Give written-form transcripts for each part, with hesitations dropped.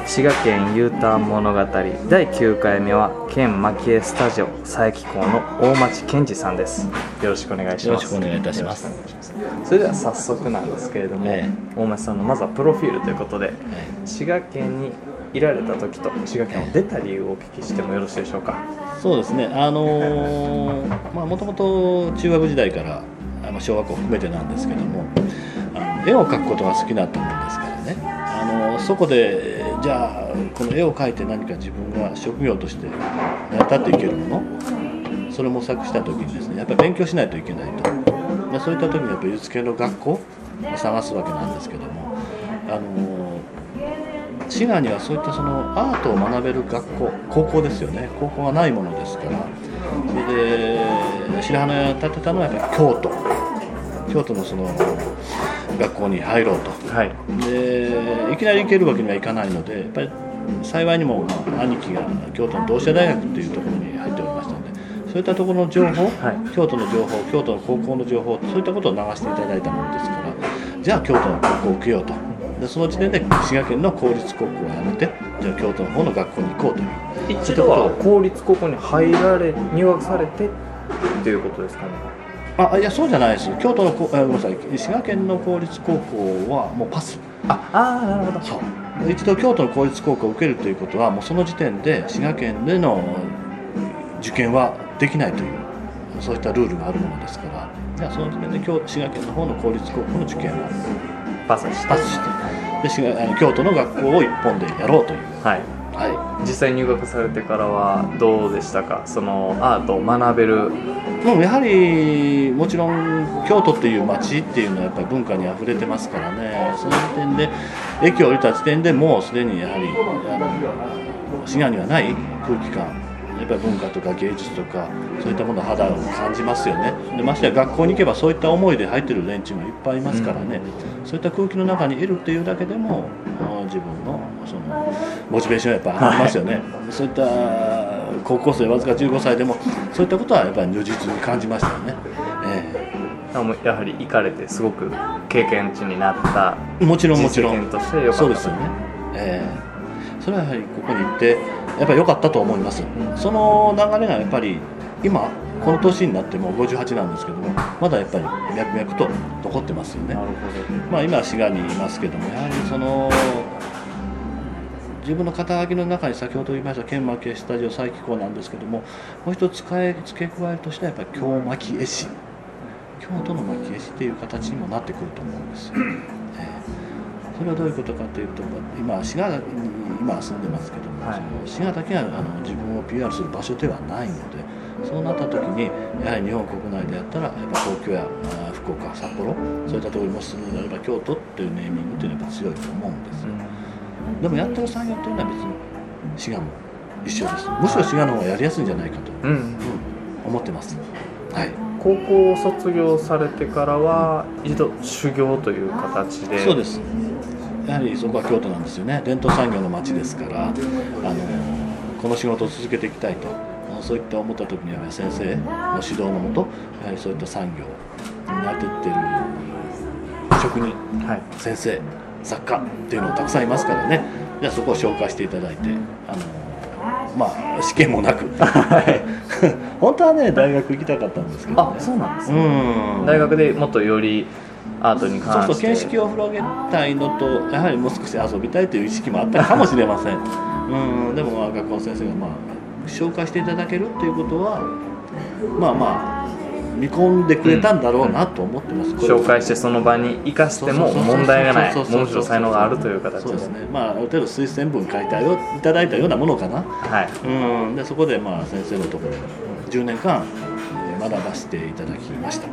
滋賀県 U ターン物語第9回目は県蒔絵スタジオ佐伯校の大町健二さんです。よろしくお願いします。 よろしくお願いいたします。 それでは早速なんですけれども、大町さんのまずはプロフィールということで、滋賀県にいられた時と滋賀県を出た理由をお聞きしてもよろしいでしょうか。 そうですね、もともと中学時代から小学校含めてなんですけども、絵を描くことが好きだったもんですからね、そこでじゃあこの絵を描いて何か自分が職業として成り立っていけるもの、それを模索した時にですね、やっぱり勉強しないといけないと。でそういった時にやっぱり美術系の学校を探すわけなんですけども、滋賀にはそういったそのアートを学べる学校、高校ですよね、高校がないものですから、それで白羽を立てたのはやっぱり京都のその学校に入ろうと、でいきなり行けるわけにはいかないので、やっぱり幸いにも、兄貴が京都の同志社大学というところに入っておりましたので、そういったところの情報、京都の情報、京都の高校の情報、そういったことを流していただいたものですから、じゃあ京都の高校を受けようと。でその時点で滋賀県の公立高校を辞めて、じゃあ京都の方の学校に行こうという。 一度は公立高校に入学されてということですかね。 いやそうじゃないです。京都のごめんなさい、滋賀県の公立高校はもうパス。 なるほど。 そう一度京都の公立高校を受けるということは、もうその時点で滋賀県での受験はできないという、そういったルールがあるものですから、じゃあその時点で滋賀県の方の公立高校の受験はパスしてで京都の学校を一本でやろうという。 実際入学されてからはどうでしたか、そのアートを学べる。 やはりもちろん京都っていう街っていうのはやっぱり文化にあふれてますからね、その時点で駅を降りた時点でもうすでにやはり滋賀にはない空気感、やっぱり文化とか芸術とかそういったものを肌を感じますよね。でましてや学校に行けばそういった思いで入ってる連中がいっぱいいますからね、そういった空気の中にいるっていうだけでも自分のそのモチベーションやっぱ上がりますよね。そういった高校生わずか15歳でもそういったことはやっぱり如実に感じましたよね。 やはり行かれてすごく経験値になったもちろん実験として良かった。 そうですよね。それはやはりここに行ってやっぱり良かったと思います。その流れがやっぱり今この年になっても58なんですけども、まだやっぱり脈々と残ってますよね。 なるほど。 今滋賀にいますけども、やはりその自分の肩書きの中に先ほど言いました県蒔絵スタジオ佐伯校なんですけども、もう一つ付け加えるとしてはやっぱり京蒔絵師、京都の蒔絵師っていう形にもなってくると思うんですよ。それはどういうことかというと、今滋賀に今住んでますけども、滋賀だけが自分を PR する場所ではないので、そうなった時にやはり日本国内でやったらやっぱ東京や福岡、札幌、そういったところにも住むのであれば京都っていうネーミングっていうのはやっぱ強いと思うんですよ。でもやってる産業というのは別に滋賀も一緒です。むしろ滋賀の方がやりやすいんじゃないかと、思ってます。 高校を卒業されてからは一度修行という形で。 そうです。やはりそこは京都なんですよね。伝統産業の町ですから、この仕事を続けていきたいと、そういった思った時には先生の指導のもと、やはりそういった産業になっていってる職人、先生、作家っていうのがたくさんいますからね。じゃあそこを紹介していただいて、試験もなく本当はね大学行きたかったんですけど、 そうなんですね。大学でもっとよりアートに関して見識を広げたいのと、やはりもう少し遊びたいという意識もあったかもしれません。でも学校の先生が紹介していただけるっていうことは見込んでくれたんだろうなと思ってます。 紹介してその場に生かしても問題がない、もちろん才能があるという形で。 そうですね。ある程度推薦文書いていただいたようなものかな。でそこで先生のところで10年間学ばせていただきました。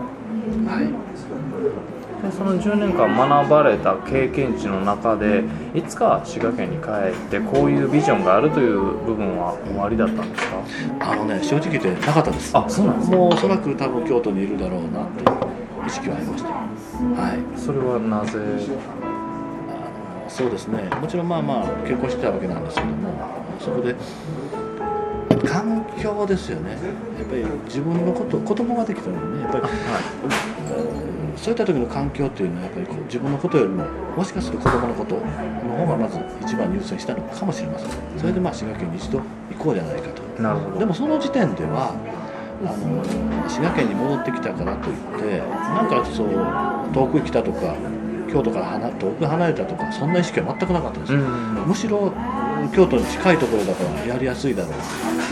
でその10年間学ばれた経験値の中で、いつか滋賀県に帰ってこういうビジョンがあるという部分はおありだったんですか？ 正直言ってなかったです。 そうなんですね。 もうおそらく多分京都にいるだろうなという意識はありました。 それはなぜ？ そうですね。もちろん結婚してたわけなんですけども、そこで環境ですよね。やっぱり自分の子供ができたのでね、やっぱりそういった時の環境っていうのはやっぱりこう自分のことよりももしかすると子供のことの方がまず一番優先したのかもしれません。それで滋賀県に一度行こうじゃないかと。 なるほど。 でもその時点では滋賀県に戻ってきたからといってなんかそう遠く来たとか京都から遠く離れたとかそんな意識は全くなかったです、むしろ京都に近いところだからやりやすいだろうし、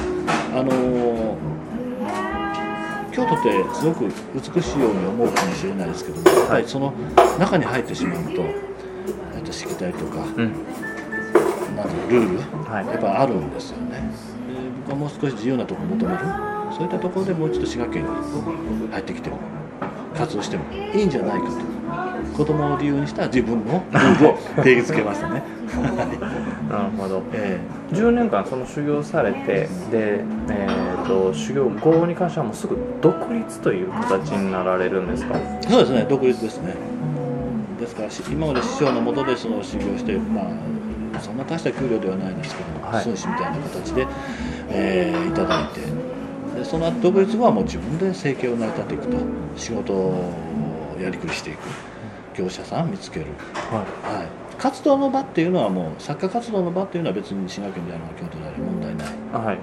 京都ってすごく美しいように思うかもしれないですけども、やっぱりその中に入ってしまうとしきたりとか、なんていうルール、やっぱあるんですよね。僕はもう少し自由なところを求める、そういったところでもう一度滋賀県に入ってきても活動してもいいんじゃないかと、子供を理由にした自分のルールを定義づけましたね。 なるほど。10年間その修行されて、で、修行後に関してはもうすぐ独立という形になられるんですか？ そうですね、独立ですね。ですから今まで師匠の下でその修行して、そんな大した給料ではないですけども、孫子みたいな形で、いただいて、でその後独立後はもう自分で生計を成り立てていくと、仕事をやりくりしていく、業者さん見つける、活動の場っていうのはもう作家活動の場っていうのは別に滋賀県である京都である問題ない、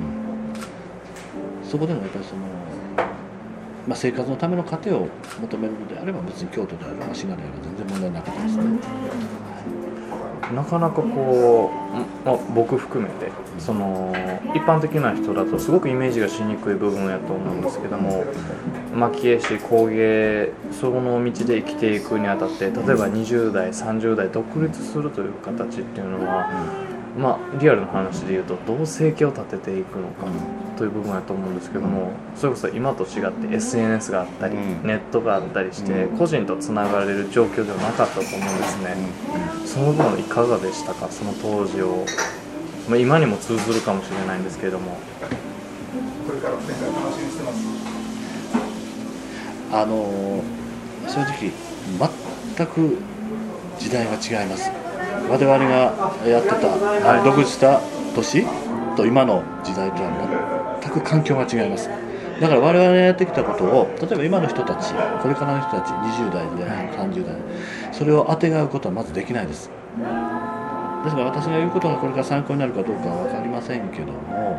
そこでもやっぱりその、生活のための糧を求めるのであれば別に京都である滋賀であれば全然問題なかったですね。 なかなかこう、僕含めてその一般的な人だとすごくイメージがしにくい部分やと思うんですけども、蒔絵師工芸その道で生きていくにあたって、例えば20代30代独立するという形っていうのは、リアルな話で言うとどう生計を立てていくのかという部分だと思うんですけども、それこそ今と違って SNS があったり、ネットがあったりして個人とつながれる状況ではなかったと思うんですね。その分いかがでしたか、その当時を。今にも通ずるかもしれないんですけれども。これからの展開楽しみにしてます。 正直全く時代が違います。我々がやってた、独立した年と今の時代とは全く環境が違います。だから我々がやってきたことを、例えば今の人たち、これからの人たち20代で30代、それをあてがうことはまずできないです。ですから私が言うことがこれから参考になるかどうかは分かりませんけども、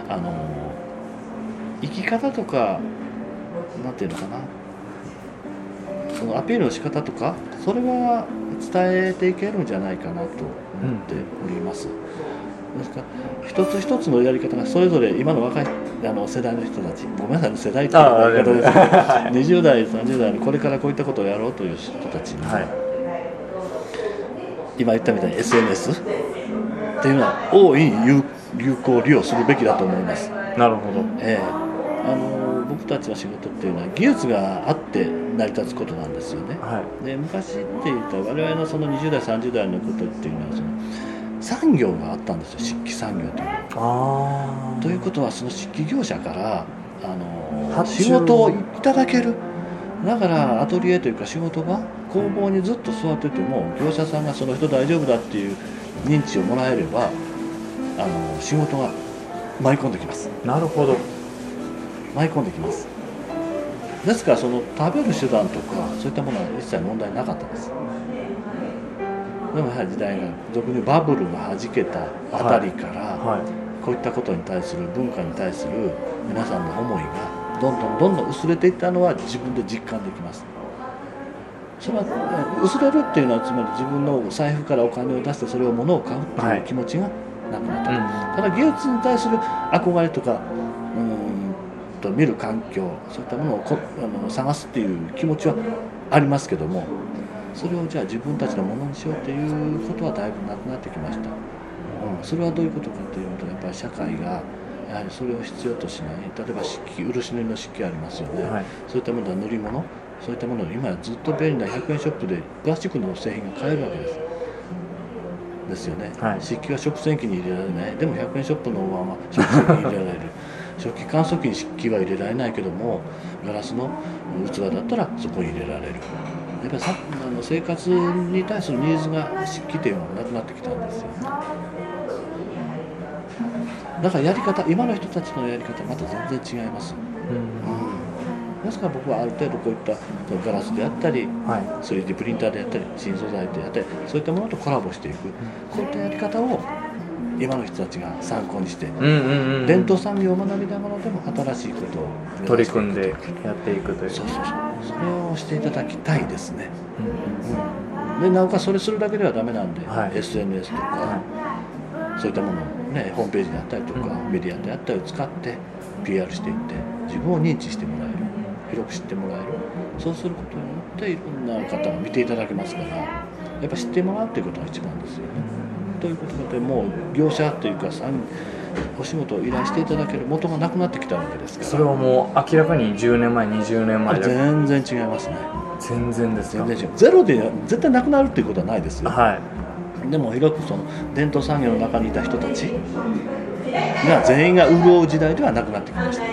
生き方とかなんていうのかな、そのアピールの仕方とか、それは伝えていけるんじゃないかなと思っております。ですから一つ一つのやり方がそれぞれ今の若い世代の人たち、ごめんなさい、世代っていう言い方ですけど20代30代にこれからこういったことをやろうという人たちに、今言ったみたいに SNS っていうのは大いに有効利用するべきだと思います。 なるほど。 僕たちの仕事っていうのは技術があって成り立つことなんですよね。で昔って言ったら我々のその20代30代のことっていうのはその産業があったんですよ、漆器産業というの。ということはその漆器業者から仕事をいただける。だからアトリエというか仕事場、工房にずっと座ってても業者さんがその人大丈夫だっていう認知をもらえれば仕事が舞い込んできます。 なるほど。 舞い込んできます。ですからその食べる手段とかそういったものは一切問題なかったです。でもやはり時代が俗にバブルがはじけたあたりから、こういったことに対する文化に対する皆さんの思いがどんどん薄れていったのは自分で実感できます。それは薄れるっていうのはつまり自分の財布からお金を出してそれを物を買うっていう気持ちがなくなった、ただ技術に対する憧れとか見る環境、そういったものを探すっていう気持ちはありますけども、それをじゃあ自分たちのものにしようっていうことはだいぶなくなってきました。それはどういうことかというと、やっぱり社会がやはりそれを必要としない、例えば漆器、漆塗りの漆器ありますよね、そういったものは塗り物、そういったものを今ずっと便利な100円ショップでプラスチックの製品が買えるわけですよね。漆器は食洗機に入れられない、でも100円ショップのまま食洗機に入れられる食器乾燥機に漆器は入れられないけどもガラスの器だったらそこに入れられる。やっぱり生活に対するニーズが漆器というのがなくなってきたんですよ。だからやり方、今の人たちのやり方はまた全然違います。 ですから僕はある程度こういったガラスであったり、 はい 3D プリンターであったり新素材であったりそういったものとコラボしていく、こういったやり方を今の人たちが参考にして、伝統産業を学びながらでも新しいことを取り組んでやっていくという。 そうそれをしていただきたいですね、でなおかつそれするだけではダメなんで、 はい、 SNS とか、そういったものをねホームページであったりとか、メディアであったりを使って PR していって自分を認知してもらえる、広く知ってもらえる、そうすることによっていろんな方が見ていただけますから、やっぱ知ってもらうということが一番ですよね。ということでもう業者というかお仕事を依頼していただける元がなくなってきたわけですから。 それはもう明らかに10年前20年前全然違いますね。 全然ですか。 全然違う。ゼロで絶対なくなるっていうことはないですよ、 はい、 でも広くその伝統産業の中にいた人たちが全員が潤う時代ではなくなってきました。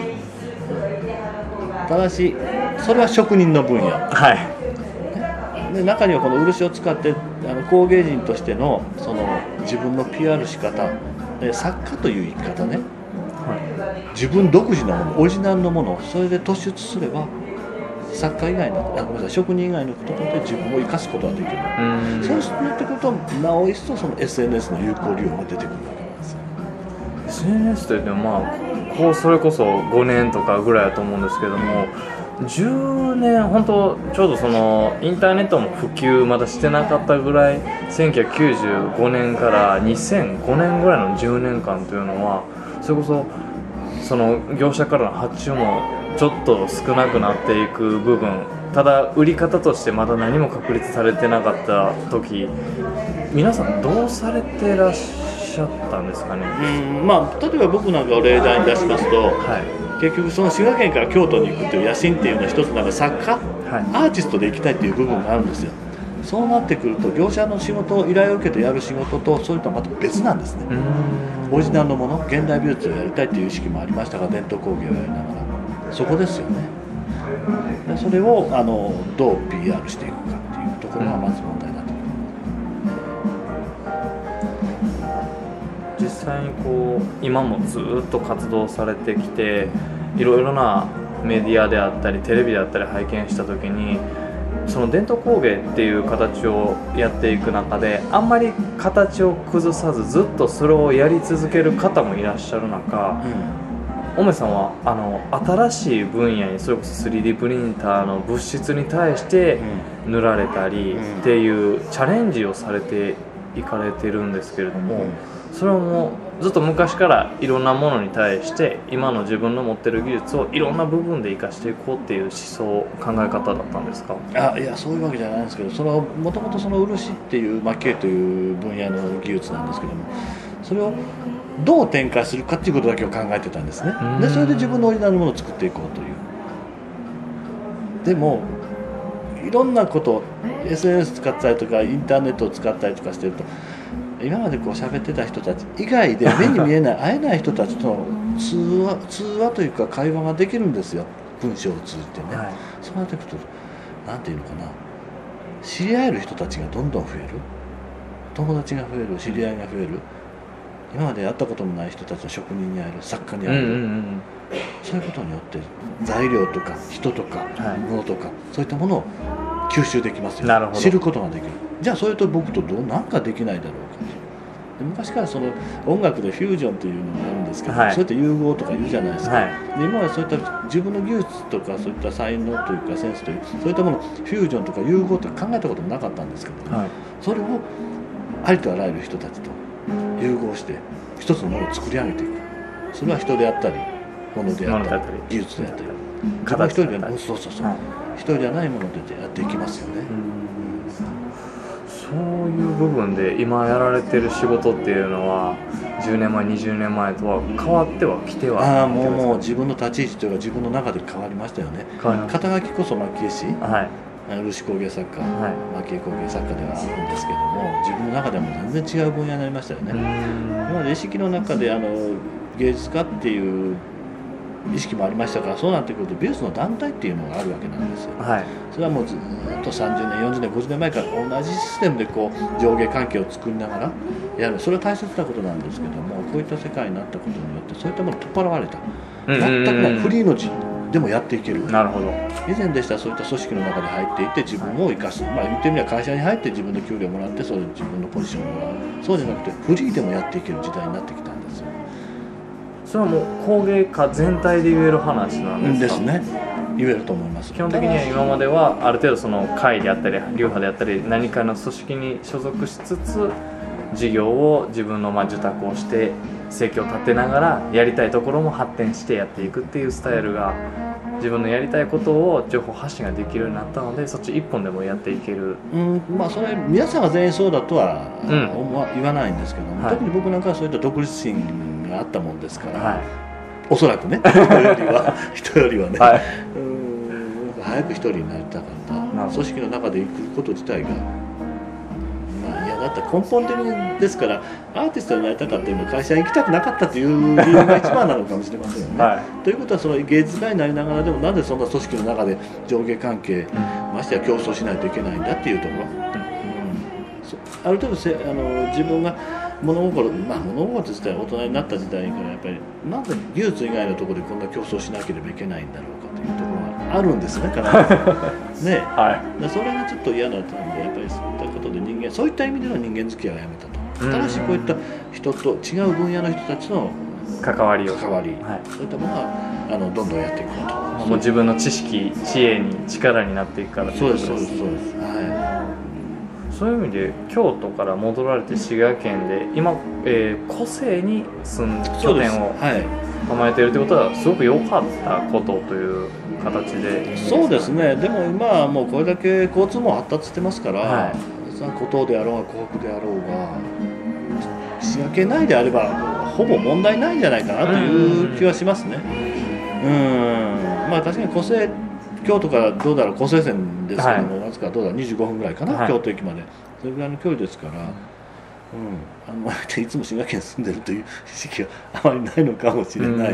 ただしそれは職人の分野、 はい、 で中にはこの漆を使って工芸人としてのその自分の PR 仕方で作家という生き方ね、自分独自のものオリジナルのものをそれで突出すれば作家以外のごめんなさい職人以外のところで自分を生かすことができる。そうなってくるとなお一層その SNS の有効利用が出てくるわけなんですよ。 SNS といってもまあそれこそ5年とかぐらいだと思うんですけども、10年本当ちょうどそのインターネットも普及まだしてなかったぐらい、1995年から2005年ぐらいの10年間というのはそれこそその業者からの発注もちょっと少なくなっていく部分、ただ売り方としてまだ何も確立されてなかった時、皆さんどうされてらっしゃったんですかね。 まあ例えば僕なんかを例題に出しますと、結局その滋賀県から京都に行くという野心っていうのは一つなんか作家、アーティストで行きたいっていう部分があるんですよ。そうなってくると業者の仕事依頼を受けてやる仕事とそれとはまた別なんですね。オリジナルのもの現代美術をやりたいっていう意識もありましたが伝統工芸をやりながらそこですよね。でそれをどう PR していくかっていうところがまず問題だと思います。実際にこう今もずっと活動されてきていろいろなメディアであったりテレビであったり拝見した時にその伝統工芸っていう形をやっていく中であんまり形を崩さずずっとそれをやり続ける方もいらっしゃる中、大目さんは新しい分野にそれこそ 3D プリンターの物質に対して塗られたりっていうチャレンジをされていかれてるんですけれども、それはもうずっと昔からいろんなものに対して今の自分の持ってる技術をいろんな部分で生かしていこうっていう思想考え方だったんですか。 いやそういうわけじゃないんですけど、もともとその漆っていう蒔絵という分野の技術なんですけども、それをどう展開するかっていうことだけを考えてたんですね。でそれで自分のオリジナルのものを作っていこうという。でもいろんなこと SNS 使ったりとかインターネットを使ったりとかしてると今までこう喋ってた人たち以外で目に見えない会えない人たちとの通話というか会話ができるんですよ、文章を通じてね、そうなってくるとなんていうのかな、知り合える人たちがどんどん増える、友達が増える、知り合いが増える、今まで会ったこともない人たちの職人に会える、作家に会える、そういうことによって材料とか人とか物とかそういったものを吸収できますよ、知ることができる。じゃあそれと僕と何かできないだろうかと。昔からその音楽でフュージョンというのがあるんですけど、そういった融合とか言うじゃないですか、で今までそういった自分の技術とかそういった才能というかセンスというそういったものをフュージョンとか融合とか考えたこともなかったんですけど、それをありとあらゆる人たちと融合して一つのものを作り上げていく。それは人であったり物であったり技術であったり一人で一人じゃないものでやっていきますよね。 そういう部分で今やられてる仕事っていうのは10年前20年前とは変わってはきてはもう自分の立ち位置というか自分の中で変わりましたよね。肩書きこそ蒔絵師、漆工芸作家、蒔絵工芸作家ではあるんですけども、自分の中でも全然違う分野になりましたよね。今まで意識の中で芸術家っていう意識もありましたから、そうなってくると美術の団体っていうのがあるわけなんですよ、それはもうずっと30年40年50年前から同じシステムでこう上下関係を作りながらやる、それは大切なことなんですけども、こういった世界になったことによってそういったものを取っ払われた、全くないフリーのでもやっていける。 なるほど。 以前でしたらそういった組織の中で入っていって自分を生かす、言ってみれば会社に入って自分の給料をもらってそれで自分のポジションをもらう、そうじゃなくてフリーでもやっていける時代になってきたんですよ。 それはもう工芸家全体で言える話なんですか？ ですね、言えると思います。 基本的には今まではある程度その会であったり流派であったり何かの組織に所属しつつ事業を自分の受託をして生計を立てながらやりたいところも発展してやっていくっていうスタイルが自分のやりたいことを情報発信ができるようになったのでそっち一本でもやっていける。 それ皆さんが全員そうだとは、 うん言わないんですけども、 はい特に僕なんかはそういった独立心があったもんですから、 はいおそらくね人よりはね、 はい早く一人になりたかったなるほど組織の中で生きること自体が嫌だった根本的ですから、アーティストになりたかったよりも会社に行きたくなかったという理由が一番なのかもしれませんよね、 はということはその芸術家になりながらでもなぜそんな組織の中で上下関係、ましてや競争しないといけないんだっていうところ、ある程度自分が物心自体大人になった時代からやっぱりなんで技術以外のところでこんな競争しなければいけないんだろうかというところがあるんですね、必ずね、 はでそれがちょっと嫌だったのでやっぱりそういったことでそういった意味での人間付き合いをやめたと、ただしこういった人と違う分野の人たちの関わりを、 関わり、 はいそういったものがどんどんやっていこうと。 もう自分の知識知恵に力になっていくからとそういうことですそうですそうです、はそういう意味で京都から戻られて滋賀県で今、個性に住んい、 拠点をはい、 構えているということはすごく良かったことという形で。 そうですね。でも今はもうこれだけ交通も発達してますから、 はい古東であろうが湖北であろうが滋賀県内であればほぼ問題ないんじゃないかなという気はしますね。確かに京都からどうだろう湖西線ですけども、わずかどうだろう25分ぐらいかな、京都駅までそれぐらいの距離ですから、いつも滋賀県住んでるという意識はあまりないのかもしれないね。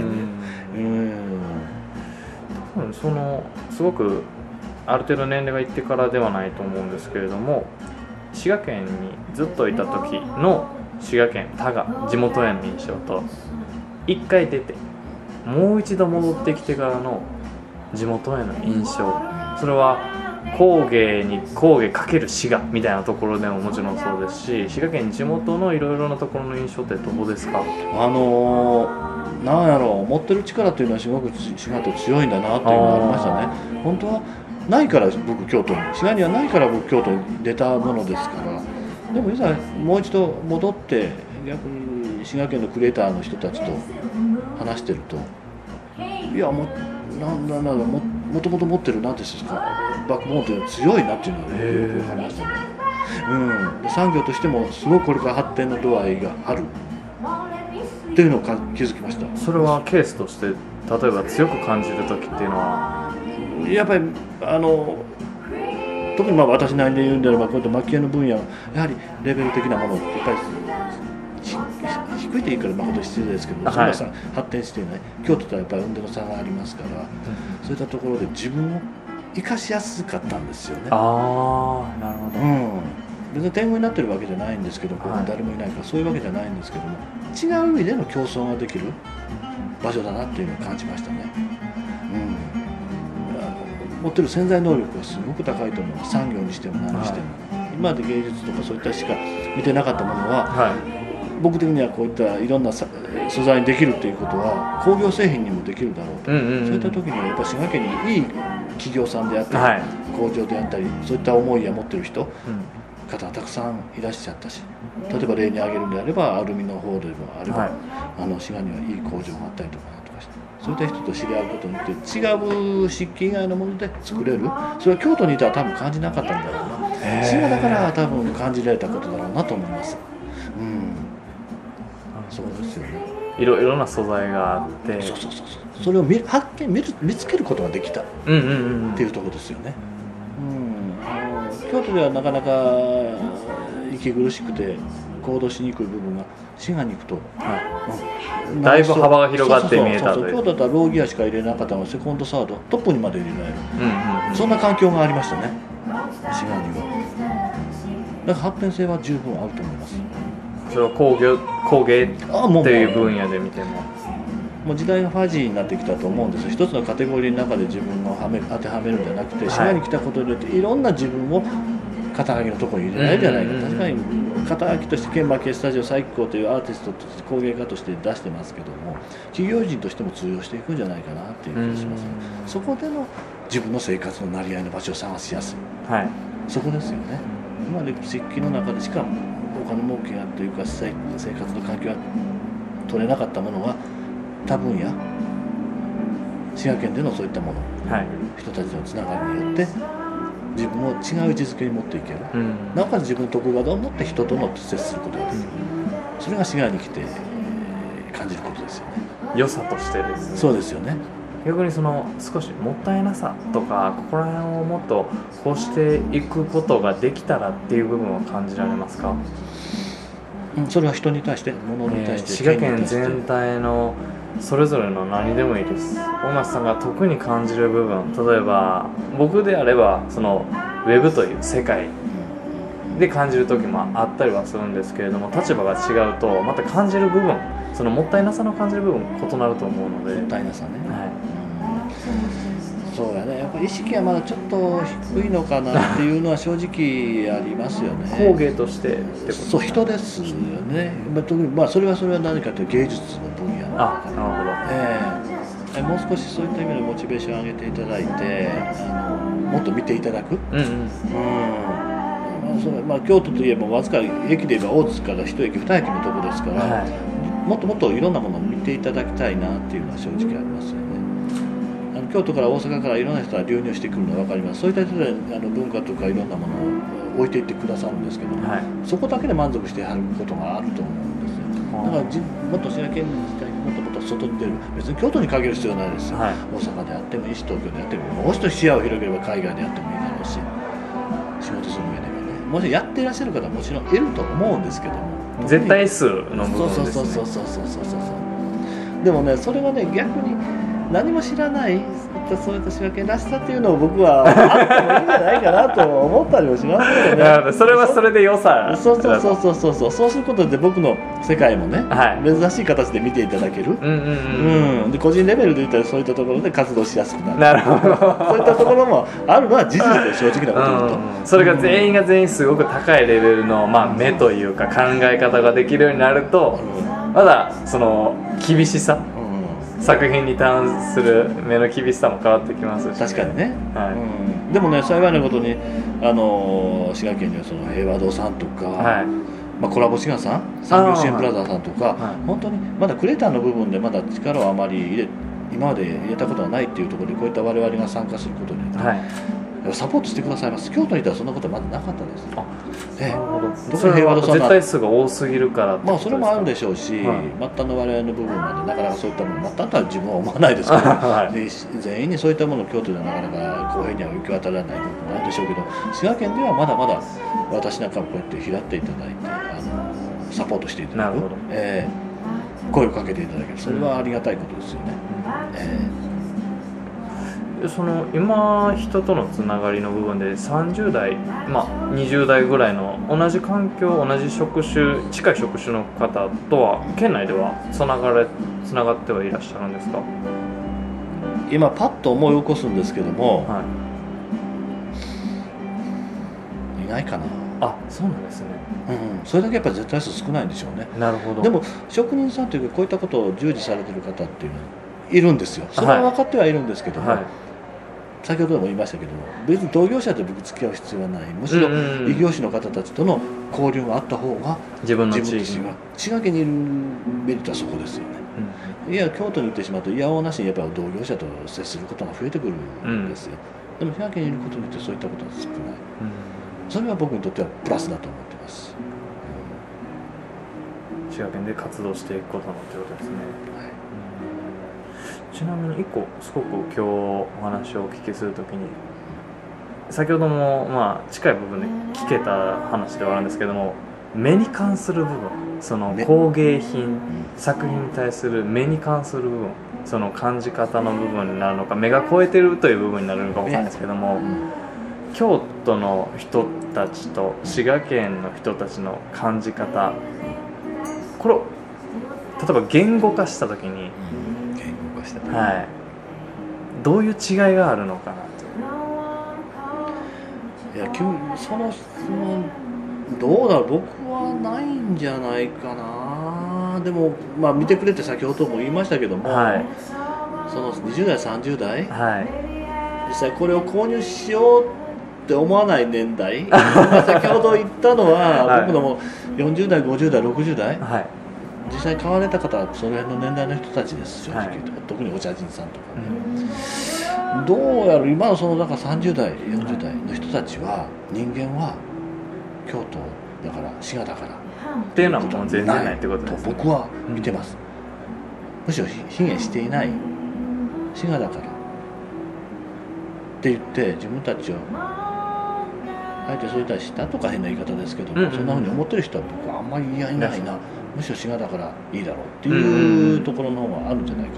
すごくある程度年齢がいってからではないと思うんですけれども、滋賀県にずっといた時の滋賀県多賀地元への印象と一回出てもう一度戻ってきてからの地元への印象、それは工芸かける滋賀みたいなところでももちろんそうですし、滋賀県地元のいろいろなところの印象ってどうですか？ なんやろう、持ってる力というのはすごく滋賀って強いんだなっていうのがありましたね。本当はないから僕京都に、滋賀にはないから僕京都に出たものですから。でもいざもう一度戻って逆に滋賀県のクリエイターの人たちと話してると、いやもともと持ってる何ですかバックボーンというのは強いなっていうのをよく話してね、産業としてもすごくこれから発展の度合いがあるっていうのを気づきました。 それはケースとして例えば強く感じる時っていうのはやっぱり特に私なりに言うんであればこういった蒔絵の分野はやはりレベル的なものってやっぱり低いというから誠失礼ですけど、それが発展していない京都とはやっぱり運転の差がありますから、そういったところで自分を生かしやすかったんですよね。 なるほど、 別に天狗になってるわけじゃないんですけど、ここに誰もいないからそういうわけじゃないんですけども、違う意味での競争ができる場所だなっていうのを感じましたね。持ってる潜在能力がすごく高いと思う。産業にしても何にしても、今まで芸術とかそういったしか見てなかったものは、僕的にはこういったいろんな素材にできるということは工業製品にもできるだろうと、そういった時にはやっぱ滋賀県にいい企業さんであったり、工場であったりそういった思いを持ってる人、方がたくさんいらっしゃったし、例えば例に挙げるんであればアルミの方でもあれば、滋賀にはいい工場があったりとかして、そういった人と知り合うことによって違う漆器以外のもので作れる、それは京都にいたら多分感じなかったんだろうな、滋賀だから多分感じられたことだろうなと思います。そうですよね。 いろいろな素材があって、 それを見つけることができたっていうところですよね。京都ではなかなか息苦しくて行動しにくい部分が滋賀に行くと、 だいぶ幅が広がって見えたという。 京都だったらローギアしか入れなかったのがセコンドサードトップにまで入れられる、そんな環境がありましたね、滋賀には。だから発展性は十分あると思います。 それは工芸っていう分野で見てももう時代がファジーになってきたと思うんですよ。一つのカテゴリーの中で自分を当てはめるんじゃなくて、島に来たことによっていろんな自分を肩書きのところに入れられるんじゃないか、確かに肩書きとして研磨系スタジオ再起工というアーティストとして工芸家として出してますけども、企業人としても通用していくんじゃないかなっていう気がします。そこでの自分の生活のなり合いの場所を探しやすい、はい、そこですよね。今まで石器の中でしかお金儲けがというか生活の環境が取れなかったものが多分や滋賀県でのそういったもの、はい、人たちのつながりによって自分を違う位置づけに持っていける、なおかつ自分の得意技を持って人との接することができる、それが滋賀に来て感じることですよね。 良さとしてですね。 そうですよね。 逆にその少しもったいなさとかここら辺をもっとこうしていくことができたらっていう部分は感じられますか？ それは人に対して物に対して、 滋賀県全体のそれぞれの何でもいいです。大町さんが特に感じる部分、例えば僕であればそのウェブという世界で感じる時もあったりはするんですけれども、立場が違うとまた感じる部分、そのもったいなさの感じる部分異なると思うので。 もったいなさね、 はい、 そうやね。やっぱり意識はまだちょっと低いのかなっていうのは正直ありますよね。 工芸としてってことですか？そう、 人ですよね。特にそれは何かというと芸術の分野なので、 なるほど。 もう少しそういった意味でモチベーションを上げていただいて、もっと見ていただく。京都といえばわずか駅で言えば大津から1駅2駅のところですから、はい、もっともっといろんなものを見ていただきたいなっていうのは正直ありますよね。京都から大阪からいろんな人が流入してくるのは分かります。そういった人で文化とかいろんなものを置いていってくださるんですけども、はい、そこだけで満足してはることがあると思うんですよ。だからもっと滋賀県自体にもっともっと外に出る、別に京都に限る必要はないですよ、はい、大阪であってもいいし東京であってもいい、もう一つ視野を広げれば海外であってもいいだろうし、仕事する上ではね、もちろんやっていらっしゃる方はもちろんいると思うんですけども、 絶対数の部分ですね。 そうでもね、それはね、逆に何も知らないそういった滋賀県らしさっていうのを僕はあってもいいんじゃないかなと思ったりもしますけどね。 それはそれで良さ。 そうすることで僕の世界もね、はい、珍しい形で見ていただける。で個人レベルで言ったらそういったところで活動しやすくなる。 なるほど。 そういったところもあるのは事実で正直なこと言うと、 それが全員すごく高いレベルの、目というか考え方ができるようになると、まだその厳しさ、作品に関する目の厳しさも変わってきますし、 確かにね、はい、でもね、幸いなことに滋賀県にはその平和堂さんとか、はい、コラボ滋賀さん、産業支援プラザさんとか、はい、本当にまだクリエイターの部分でまだ力をあまり今まで入れたことがないっていうところで、こういった我々が参加することによって、はい、サポートしてくださいます。京都にいたらそんなことはまだなかったです。なるほど。 それは絶対数が多すぎるからってことですか？ それもあるでしょうし、はい、末端の我々の部分までなかなかそういったもの、末端とは自分は思わないですけど、はい、全員にそういったものを京都でなかなか公平には行き渡らない部分もあるでしょうけど、滋賀県ではまだまだ私なんかもこうやって拾っていただいてサポートしていただく、声をかけていただける、それはありがたいことですよね。 その今人とのつながりの部分で30代、20代ぐらいの同じ環境、同じ職種、近い職種の方とは県内ではつながってはいらっしゃるんですか？ 今パッと思い起こすんですけども、はい、いないかな。 そうなんですね。 それだけやっぱり絶対数少ないんでしょうね。 なるほど。 でも職人さんというかこういったことを従事されている方っていうのはいるんですよ。それは分かってはいるんですけども、先ほども言いましたけども、別に同業者と僕付き合う必要はない。むしろ異業種の方たちとの交流があった方が自分の地域が滋賀県にいるメリットはそこですよね。いや京都に行ってしまうといやおうなしにやっぱり同業者と接することが増えてくるんですよ。でも滋賀県にいることによってそういったことは少ない。それは僕にとってはプラスだと思ってます。 滋賀県で活動していくことのということですね。ちなみに1個すごく今日お話をお聞きするときに、先ほども近い部分で聞けた話ではあるんですけども、目に関する部分、その工芸品、作品に対する目に関する部分、その感じ方の部分になるのか、目が超えてるという部分になるのか分からないですけども、京都の人たちと滋賀県の人たちの感じ方、これを例えば言語化したときにした、 はい、どういう違いがあるのかなと。 いやそのどうだろう、僕はないんじゃないかな。でも、まあ、見てくれって先ほども言いましたけども、 はい、 その20代30代、 はい、 実際これを購入しようって思わない年代先ほど言ったのは、 はい、 僕のも40代50代60代、 はい、 実際買われた方はその辺の年代の人たちです、正直言うと、 はい、 特にお茶人さんとかね、どうやら今のそのだから30代40代の人たちは、人間は京都だから滋賀だからっていうのはもう全然ないってことですね。 僕は見てます、むしろ卑下していない、滋賀だからって言って自分たちをあえてそれたちしたとか変な言い方ですけども、そんなふうに思ってる人は僕はあんまりいないな、むしろ滋賀だからいいだろうっていうところの方があるんじゃないか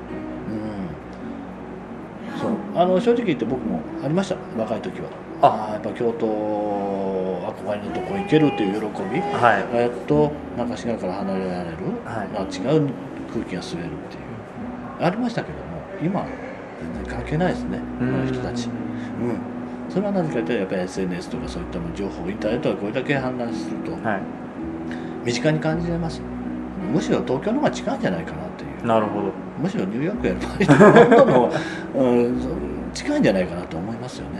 な。そう正直言って僕もありました、若い時は。やっぱ京都憧れのとこ行けるという喜び、 はい、 やっとなんか滋賀から離れられる、 はい、 違う空気が吸えるっていうありましたけども、今は全然関係ないですね、この人たち。それはなぜかというと、やっぱり SNS とかそういった情報、インターネットがこれだけ氾濫すると、はい、身近に感じれます。むしろ東京の方が近いんじゃないかなっていう。 なるほど。 むしろニューヨークやる場合とロンドンの近いんじゃないかなと思いますよね。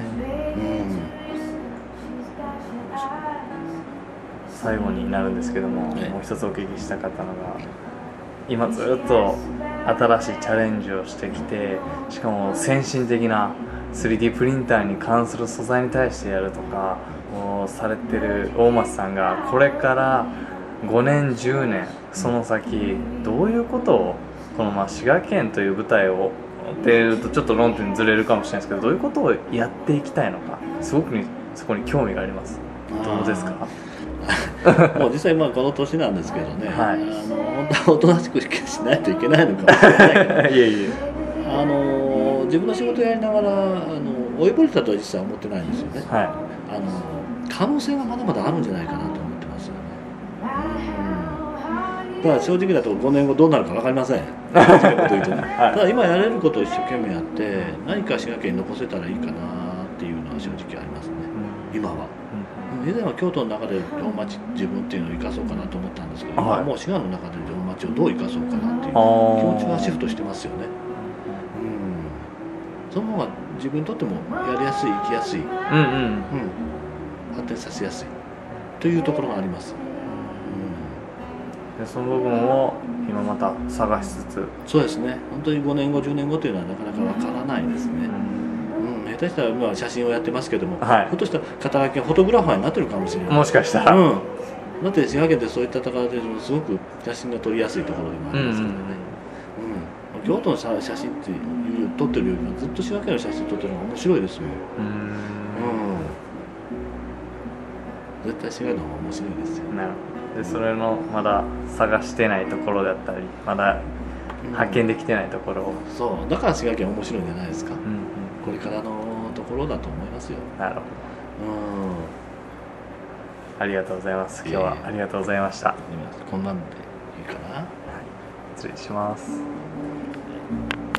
最後になるんですけども、もう一つお聞きしたかったのが、今ずっと新しいチャレンジをしてきて、しかも先進的な 3D プリンターに関する素材に対してやるとかをされてる大松さんが、これから5年10年その先どういうことを、この滋賀県という舞台をっていうとちょっと論点ずれるかもしれないですけど、どういうことをやっていきたいのか、すごくそこに興味があります。どうですか？ もう実際この年なんですけどね、 はい、 本当はおとなしくしないといけないのかもしれないけどいえいえ、自分の仕事やりながら追いぼれたとは実際は思ってないんですよね、はい、可能性がまだまだあるんじゃないかなと思ってますよね。だから正直だと5年後どうなるか分かりません正直なこと言うとね、はい、ただ今やれることを一生懸命やって何か滋賀県に残せたらいいかなっていうのは正直ありますね、今は。以前は京都の中で城町自分っていうのを生かそうかなと思ったんですけど、はい、もう滋賀の中で城町をどう生かそうかなっていう気持ちはシフトしてますよね。その方が自分にとってもやりやすい、生きやすい、発展させやすいというところがあります。 でその部分を今また探しつつ、 そうですね、本当に5年後10年後というのはなかなかわからないですね。下手したら今は写真をやってますけども、はい、ひょっとしたら肩書きがフォトグラファーになってるかもしれない。 もしかしたら、だって滋賀県ってそういったところですごく写真が撮りやすいところでもありますからね、京都の写真って撮ってるよりもずっと滋賀県の写真撮ってるのが面白いですよ。絶対滋賀の方が面白いですよ。 なるほど。でそれのまだ探してないところだったり、まだ発見できてないところを、 そうだから滋賀県面白いんじゃないですか、これからのところだと思いますよ。 なるほど、ありがとうございます。今日はありがとうございました。 こんなんでいいかな。 失礼します。